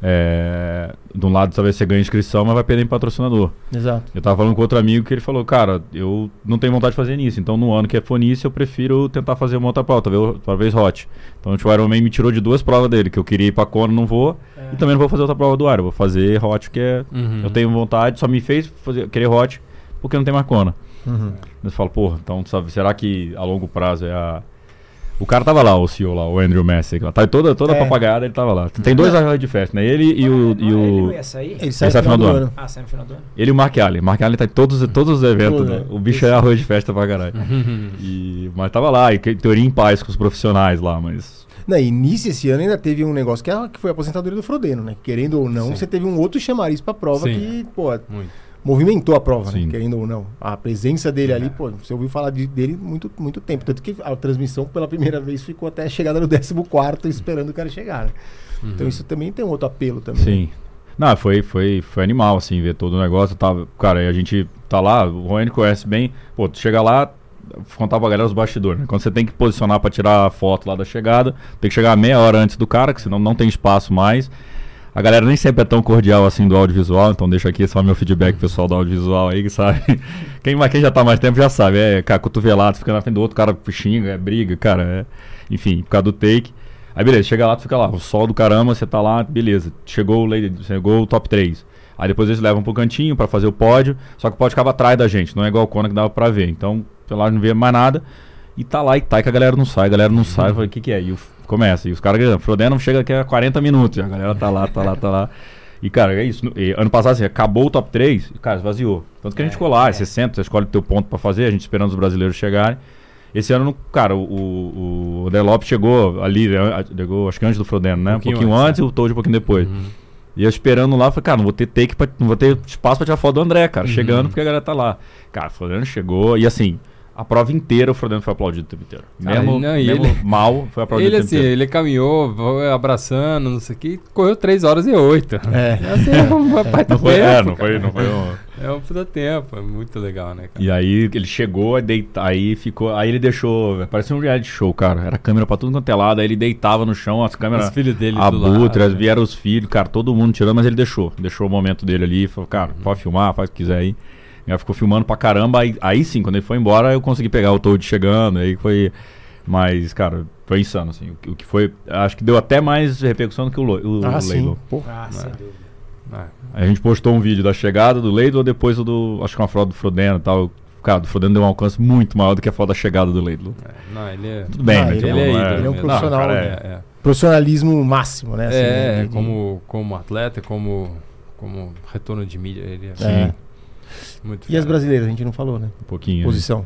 é, de um lado talvez você ganhe inscrição, mas vai perder em patrocinador. Exato. Eu tava falando com outro amigo que ele falou, cara, eu não tenho vontade de fazer nisso, então no ano que for nisso eu prefiro tentar fazer uma outra prova, talvez, talvez hot. Então tipo, o Ironman me tirou de duas provas dele, que eu queria ir pra Kona, não vou, é. e também não vou fazer outra prova do Iron, vou fazer hot, que é, uhum. eu tenho vontade, só me fez fazer, querer hot, porque não tem mais Kona. Uhum. Você fala, porra, então sabe, será que a longo prazo é a... O cara tava lá, o C E O lá, o Andrew Messick, lá, tá toda, toda é. papagada, ele tava lá. Tem dois arroz de festa, né? Ele e o... Não, e o... Ele não ia sair? Ele sai no final do ano. Ah, sai no final do ano. Ele e o Mark Allen. Mark Allen tá em todos, todos os eventos, né? O bicho é arroz de festa pra caralho. e, mas tava lá, e em teoria em paz com os profissionais lá, mas... Não, e nisso esse ano ainda teve um negócio que, é, que foi a aposentadoria do Frodeno, né? Querendo ou não, Sim. você teve um outro chamariz pra prova Sim. que, pô... Muito. Movimentou a prova, né? Querendo ou não. A presença dele é. ali, pô, você ouviu falar de, dele muito, muito tempo. Tanto que a transmissão, pela primeira vez, ficou até a chegada no décimo quarto esperando o cara chegar, né? Uhum. Então isso também tem um outro apelo também. Sim. Né? Não, foi, foi, foi animal, assim, ver todo o negócio. Tava, cara, a gente tá lá, o Rony conhece bem. Pô, tu chega lá, contar pra galera os bastidores, né? Quando você tem que posicionar pra tirar a foto lá da chegada, tem que chegar meia hora antes do cara, que senão não tem espaço mais. A galera nem sempre é tão cordial assim do audiovisual, então deixa aqui só meu feedback pessoal do audiovisual aí, que sabe? Quem, quem já tá mais tempo já sabe, é, cara, cotovelado, fica na frente do outro, cara xinga, é briga, cara, é, enfim, por causa do take. Aí beleza, chega lá, tu fica lá, o sol do caramba, você tá lá, beleza, chegou o, lady, chegou o top três. Aí depois eles levam pro cantinho pra fazer o pódio, só que o pódio ficava atrás da gente, não é igual o Kona que dava pra ver, então, pelo lado não vê mais nada, e tá lá e tá, e que a galera não sai, a galera não sai, o que que é? E o começa, e os caras gritando, Frodeno chega aqui a quarenta minutos, a galera tá lá, tá lá, tá lá. E, cara, é isso. E, ano passado, assim, acabou o top três, e, cara, esvaziou. Tanto que a gente ficou lá, é. você senta, você escolhe o teu ponto pra fazer, a gente esperando os brasileiros chegarem. Esse ano, cara, o, o, o Delop chegou ali, chegou, acho que antes do Frodeno, né? Um pouquinho, um pouquinho antes, antes e o Toad um pouquinho depois. Uhum. E eu esperando lá, falei, cara, não vou ter take, pra, não vou ter espaço pra tirar foto do André, cara, uhum. chegando, porque a galera tá lá. Cara, o Frodeno chegou, e assim... A prova inteira o Frodeno foi aplaudido o tempo inteiro. Cara, mesmo não, mesmo ele, mal, foi aplaudido ele, o tempo assim, inteiro. Ele caminhou, foi abraçando, não sei o que, correu três horas e oito. É. Assim, é um baita não foi, tempo, é, não foi, não foi um... É um puta tempo, é muito legal, né, cara? E aí ele chegou, a deitar, aí ficou, aí ele deixou, parecia um reality show, cara. Era câmera pra tudo quanto é lado, aí ele deitava no chão, as câmeras... Os filhos dele a do Butra, lado, vieram os filhos, cara, todo mundo tirando, mas ele deixou. Deixou o momento dele ali, falou, cara, uhum. pode filmar, faz o que quiser aí. Ela ficou filmando pra caramba, aí, aí sim, quando ele foi embora, eu consegui pegar o Toad chegando, aí foi... Mas, cara, foi insano, assim. O, o que foi... Acho que deu até mais repercussão do que o, o, ah, o sim. Leilão. Ah, sem dúvida. É. Aí a gente postou um vídeo da chegada do Laidlaw, depois o do, acho que uma foto do Frodeno e tal. Cara, o Frodeno deu um alcance muito maior do que a foto da chegada do Laidlaw. É, não, ele é... Tudo bem, Ah, mas ele, tipo, é, não ele é um mesmo. profissional, Não, cara, né? É, é. Profissionalismo máximo, né? Assim, É, de- de- como, como atleta, como, como retorno de mídia, ele é, É. muito E as fera. brasileiras, a gente não falou, né? um pouquinho. Posição.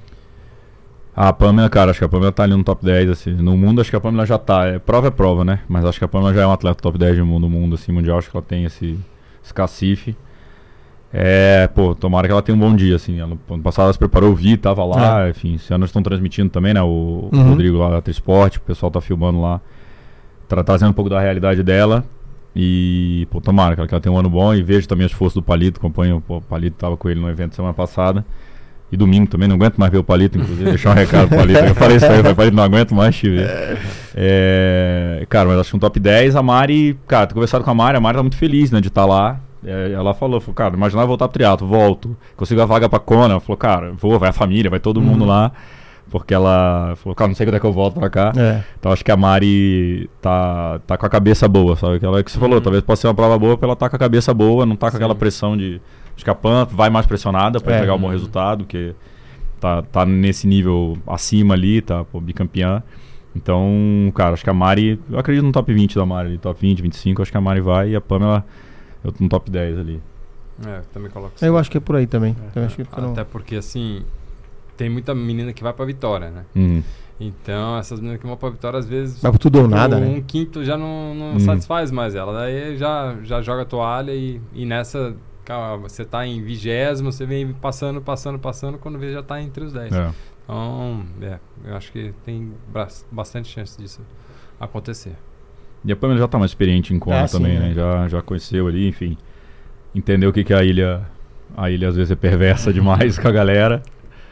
Ah, a Pamela, cara, acho que a Pamela tá ali no top dez, assim. No mundo, acho que a Pamela já tá. É, prova é prova, né? Mas acho que a Pamela já é um atleta top dez do mundo, mundo assim, mundial. Acho que ela tem esse, esse cacife. É, pô, tomara que ela tenha um bom dia, assim. Ela, ano passado ela se preparou, eu vi, tava lá, enfim. Esse ano eles estão transmitindo também, né? O, Uhum. o Rodrigo lá da Trisport, o pessoal tá filmando lá. Tra trazendo um pouco da realidade dela. E, pô, tomara que ela, que ela tenha um ano bom. E vejo também as forças do Palito, acompanho. Pô, o Palito tava com ele no evento semana passada. E domingo também, não aguento mais ver o Palito, inclusive, deixar um recado pro Palito. Eu falei isso aí, o Palito não aguento mais te ver. É, cara, mas acho que um top dez, a Mari, cara, tô conversado com a Mari, a Mari tá muito feliz, né, de estar tá lá. É, ela falou, falou, cara, imaginava voltar pro triatlo, volto, consigo a vaga pra Kona. Ela falou, cara, vou, vai a família, vai todo mundo lá. Porque ela falou, cara, não sei quando é que eu volto pra cá. É. Então acho que a Mari tá, tá com a cabeça boa, sabe? Que ela que você falou, talvez possa ser uma prova boa pra ela tá com a cabeça boa, não tá com Sim. aquela pressão de. Acho que a Pan vai mais pressionada pra É. entregar um bom resultado, porque tá, tá nesse nível acima ali, tá pô, bicampeã. Então, cara, acho que a Mari, eu acredito no top vinte da Mari, ali, top vinte, vinte e cinco, acho que a Mari vai e a Pamela, eu tô no top dez ali. É, também coloco Eu acho que é por aí também. Eu acho que Até não- porque, assim, tem muita menina que vai pra vitória, né? Uhum. Então, essas meninas que vão pra vitória, às vezes... Vai pro tudo ou nada, um né? quinto já não, não Hum. satisfaz mais ela. Daí já, já joga a toalha e, e nessa... Cara, você tá em vigésimo, você vem passando, passando, passando, quando vê já tá entre os dez. É. Então, é, eu acho que tem bra- bastante chance disso acontecer. E a Pamela já tá mais experiente em Kona Ah, sim, também, né? né? Já, já conheceu ali, enfim. Entendeu o que, que a ilha. A ilha às vezes é perversa demais com a galera.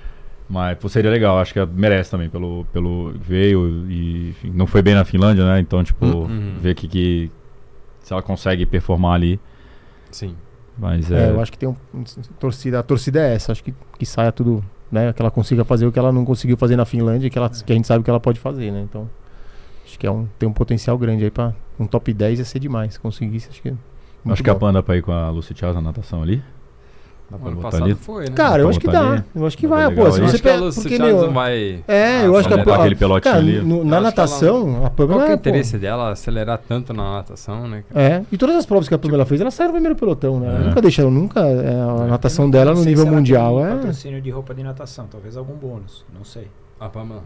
Mas pô, seria legal, acho que ela merece também pelo, pelo veio e enfim, não foi bem na Finlândia, né? Então, tipo, Uhum. ver que, que se ela consegue performar ali. Sim. Mas É, é. eu acho que tem um, um- torcida, a torcida é essa, acho que, que saia tudo, né? Que ela consiga fazer o que ela não conseguiu fazer na Finlândia, que, ela, que a gente sabe que ela pode fazer, né? Então, acho que é um, tem um potencial grande aí pra um top dez ia ser demais. Se conseguisse, acho que. é muito acho que a bom. Pan dá pra ir com a Lucy Charles na natação ali. Dá pra ano botar passado ali. foi, né? Cara, eu Pra acho que botar dá. ali. Eu acho que Dá vai, pra pô. legal Se ali. eu você acho que a pega. Lucy Porque, Charles meu, não vai... é, eu acho que a botar Pan- aquele pelotinho cara, ali. no- na Eu acho que ela- natação, a Pamela. Qual que é o pô, interesse dela acelerar tanto na natação, né? cara? É, e todas as provas que a Pamela fez, ela saiu no primeiro pelotão, né? Ela É. nunca deixou, nunca. é, a natação Eu dela não no sei nível se ela mundial tem é. patrocínio de roupa de natação, talvez algum bônus, não sei. A Pamela.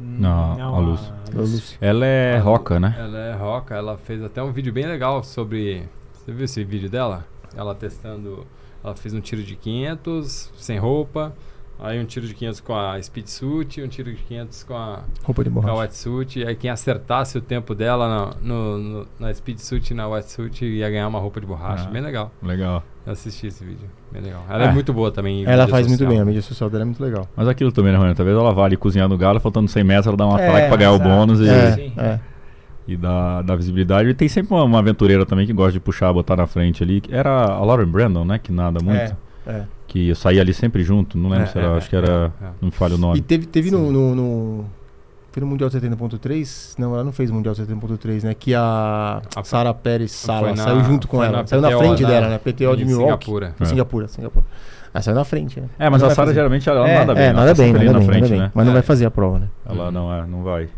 Não, a Lúcia. a Lúcia. Ela é A Lu- roca, né? Ela é roca, ela fez até um vídeo bem legal sobre... Você viu esse vídeo dela? Ela testando... Ela fez um tiro de quinhentos, sem roupa. Aí um tiro de quinhentos com a speed suit, um tiro de quinhentos com a, Roupa de com a borracha. wetsuit. Aí quem acertasse o tempo dela na, no, no- na speed suit e na wetsuit ia ganhar uma roupa de borracha. Ah. Bem legal. Legal. Eu assisti esse vídeo. Bem legal. Ela é, É. muito boa também em Ela mídia faz muito social. bem, a mídia social dela é muito legal. Mas aquilo também, né, Rony? Talvez ela vá ali cozinhando o galo, faltando cem metros, ela dá uma É, ataque pra ganhar o exato. bônus e, É, Sim. é. e dá, dá visibilidade. E tem sempre uma, uma aventureira também que gosta de puxar, botar na frente ali. Era a Lauren Brandon, né? Que nada muito. É, é. Que saía ali sempre junto. Não lembro É, se era, é, acho que era. é, é. Não me falha o nome. E teve, teve no, Sim. no, no- Foi no Mundial setenta ponto três? Não, ela não fez o Mundial setenta ponto três, né? Que a A- Sara Pérez Sala Foi na- saiu junto com foi ela. na Saiu na P T O frente na- dela, né? P T O de em Milwaukee. Singapura. Em É. Singapura, Singapura. Ah, saiu na frente, né? É, mas Não a vai Sara fazer. geralmente ela É, nada bem. é, ela nada tá bem, sempre ali nada na bem, frente, nada bem. né? Mas não É. vai fazer a prova, né? Ela não, é, não vai.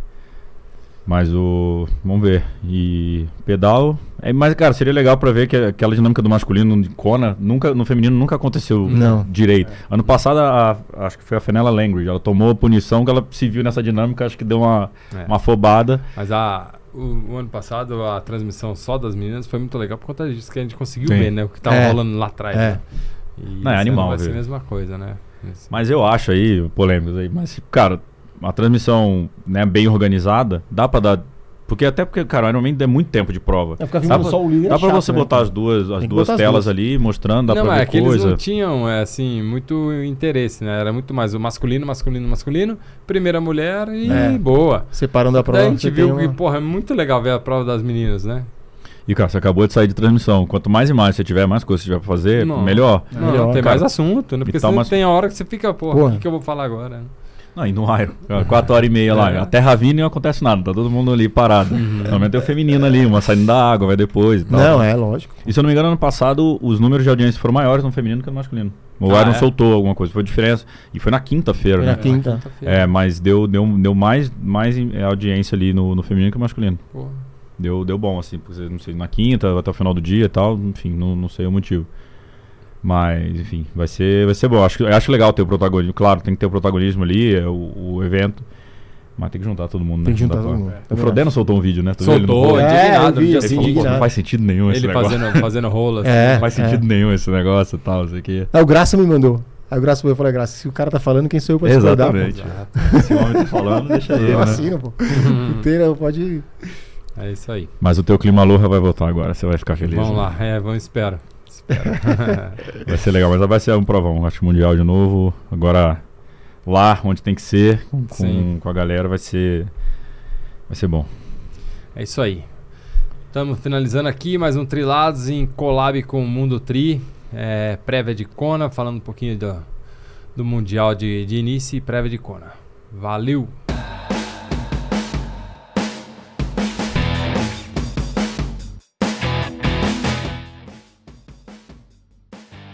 Mas o. Vamos ver. E pedal. É, mas, cara, seria legal pra ver que aquela dinâmica do masculino de Kona, nunca, no feminino nunca aconteceu Não. direito. Ano passado, a- a- acho que foi a Fenella Langridge. Ela tomou a punição que ela se viu nessa dinâmica, acho que deu uma, É. uma afobada. Mas a, o, o ano passado, a transmissão só das meninas foi muito legal por conta disso, que a gente conseguiu Sim. ver, né? O que tava É. rolando lá atrás. É. Né? E Não, é esse ano animal, vai ser viu? a mesma coisa, né? Esse- Mas eu acho aí, polêmicas aí, mas, cara, a transmissão, né, bem organizada, dá pra dar. Porque até porque, cara, o Ironman é muito tempo de prova. É ficar Dá filmando pra- só o líder. Dá é pra chato, você né, botar cara? as duas, as Tem que duas botar as telas duas. ali, mostrando, dá não, pra mas ver é que eles coisa. não tinham, é, assim, muito interesse, né? Era muito mais o masculino, masculino, masculino, primeira mulher e É. boa. Separando a prova. Daí a gente você viu tem que, uma- porra, é muito legal ver a prova das meninas, né? E, cara, você acabou de sair de transmissão. Quanto mais imagens você tiver, mais coisas você tiver pra fazer, Não. melhor. Não, melhor, tem cara. mais assunto, né? Porque E tá você umas- tem a hora que você fica, porra, Porra. o que, que eu vou falar agora? né? Não, e no Iron, quatro horas e meia lá. É. A terra vindo e não acontece nada, tá todo mundo ali parado. Uhum. Normalmente tem o feminino ali, uma saindo da água, vai depois e tal. Não, é lógico. E se eu não me engano, ano passado os números de audiência foram maiores no feminino que no masculino. O Ah, Iron é? soltou alguma coisa, foi diferença. E foi na quinta-feira, Foi né? na quinta. quinta-feira. É, mas deu, deu, deu mais, mais é, audiência ali no, no feminino que no masculino. Pô. Deu, deu bom, assim, porque, não sei, na quinta, até o final do dia e tal, enfim, não, não sei o motivo. Mas, enfim, vai ser, vai ser bom. Acho, acho legal ter o protagonismo. Claro, tem que ter o protagonismo ali, é o, o evento. Mas tem que juntar todo mundo, né? Tem que juntar Não dá todo pra- mundo. O Frodeno soltou um vídeo, né? Tu viu ele no Soltou, post? É, indignado. eu vi, no dia assim, Ele falou, pô, indignado. não faz sentido nenhum esse Ele negócio. fazendo, fazendo rola. É. Não faz sentido nenhum esse negócio e tal, isso aqui. Ah, o Graça me mandou. Aí o Graça eu falei, Graça, se o cara tá falando, quem sou eu pra discordar? Exatamente. Exato. Se o homem tá falando, deixa ele, Eu né? assino, pô. Inteira, pode... É isso aí. Mas o teu clima aloha vai voltar agora, você vai ficar feliz. Vamos né? lá, é, vamos esperar. Espera. Vai ser legal, mas vai ser um provão. Acho que mundial de novo. Agora, lá onde tem que ser, com, Sim. com, com a galera, vai ser. Vai ser bom. É isso aí. Estamos finalizando aqui mais um Trilados em collab com o Mundo Tri. É, prévia de Kona, falando um pouquinho do, do Mundial de, de início e prévia de Kona. Valeu!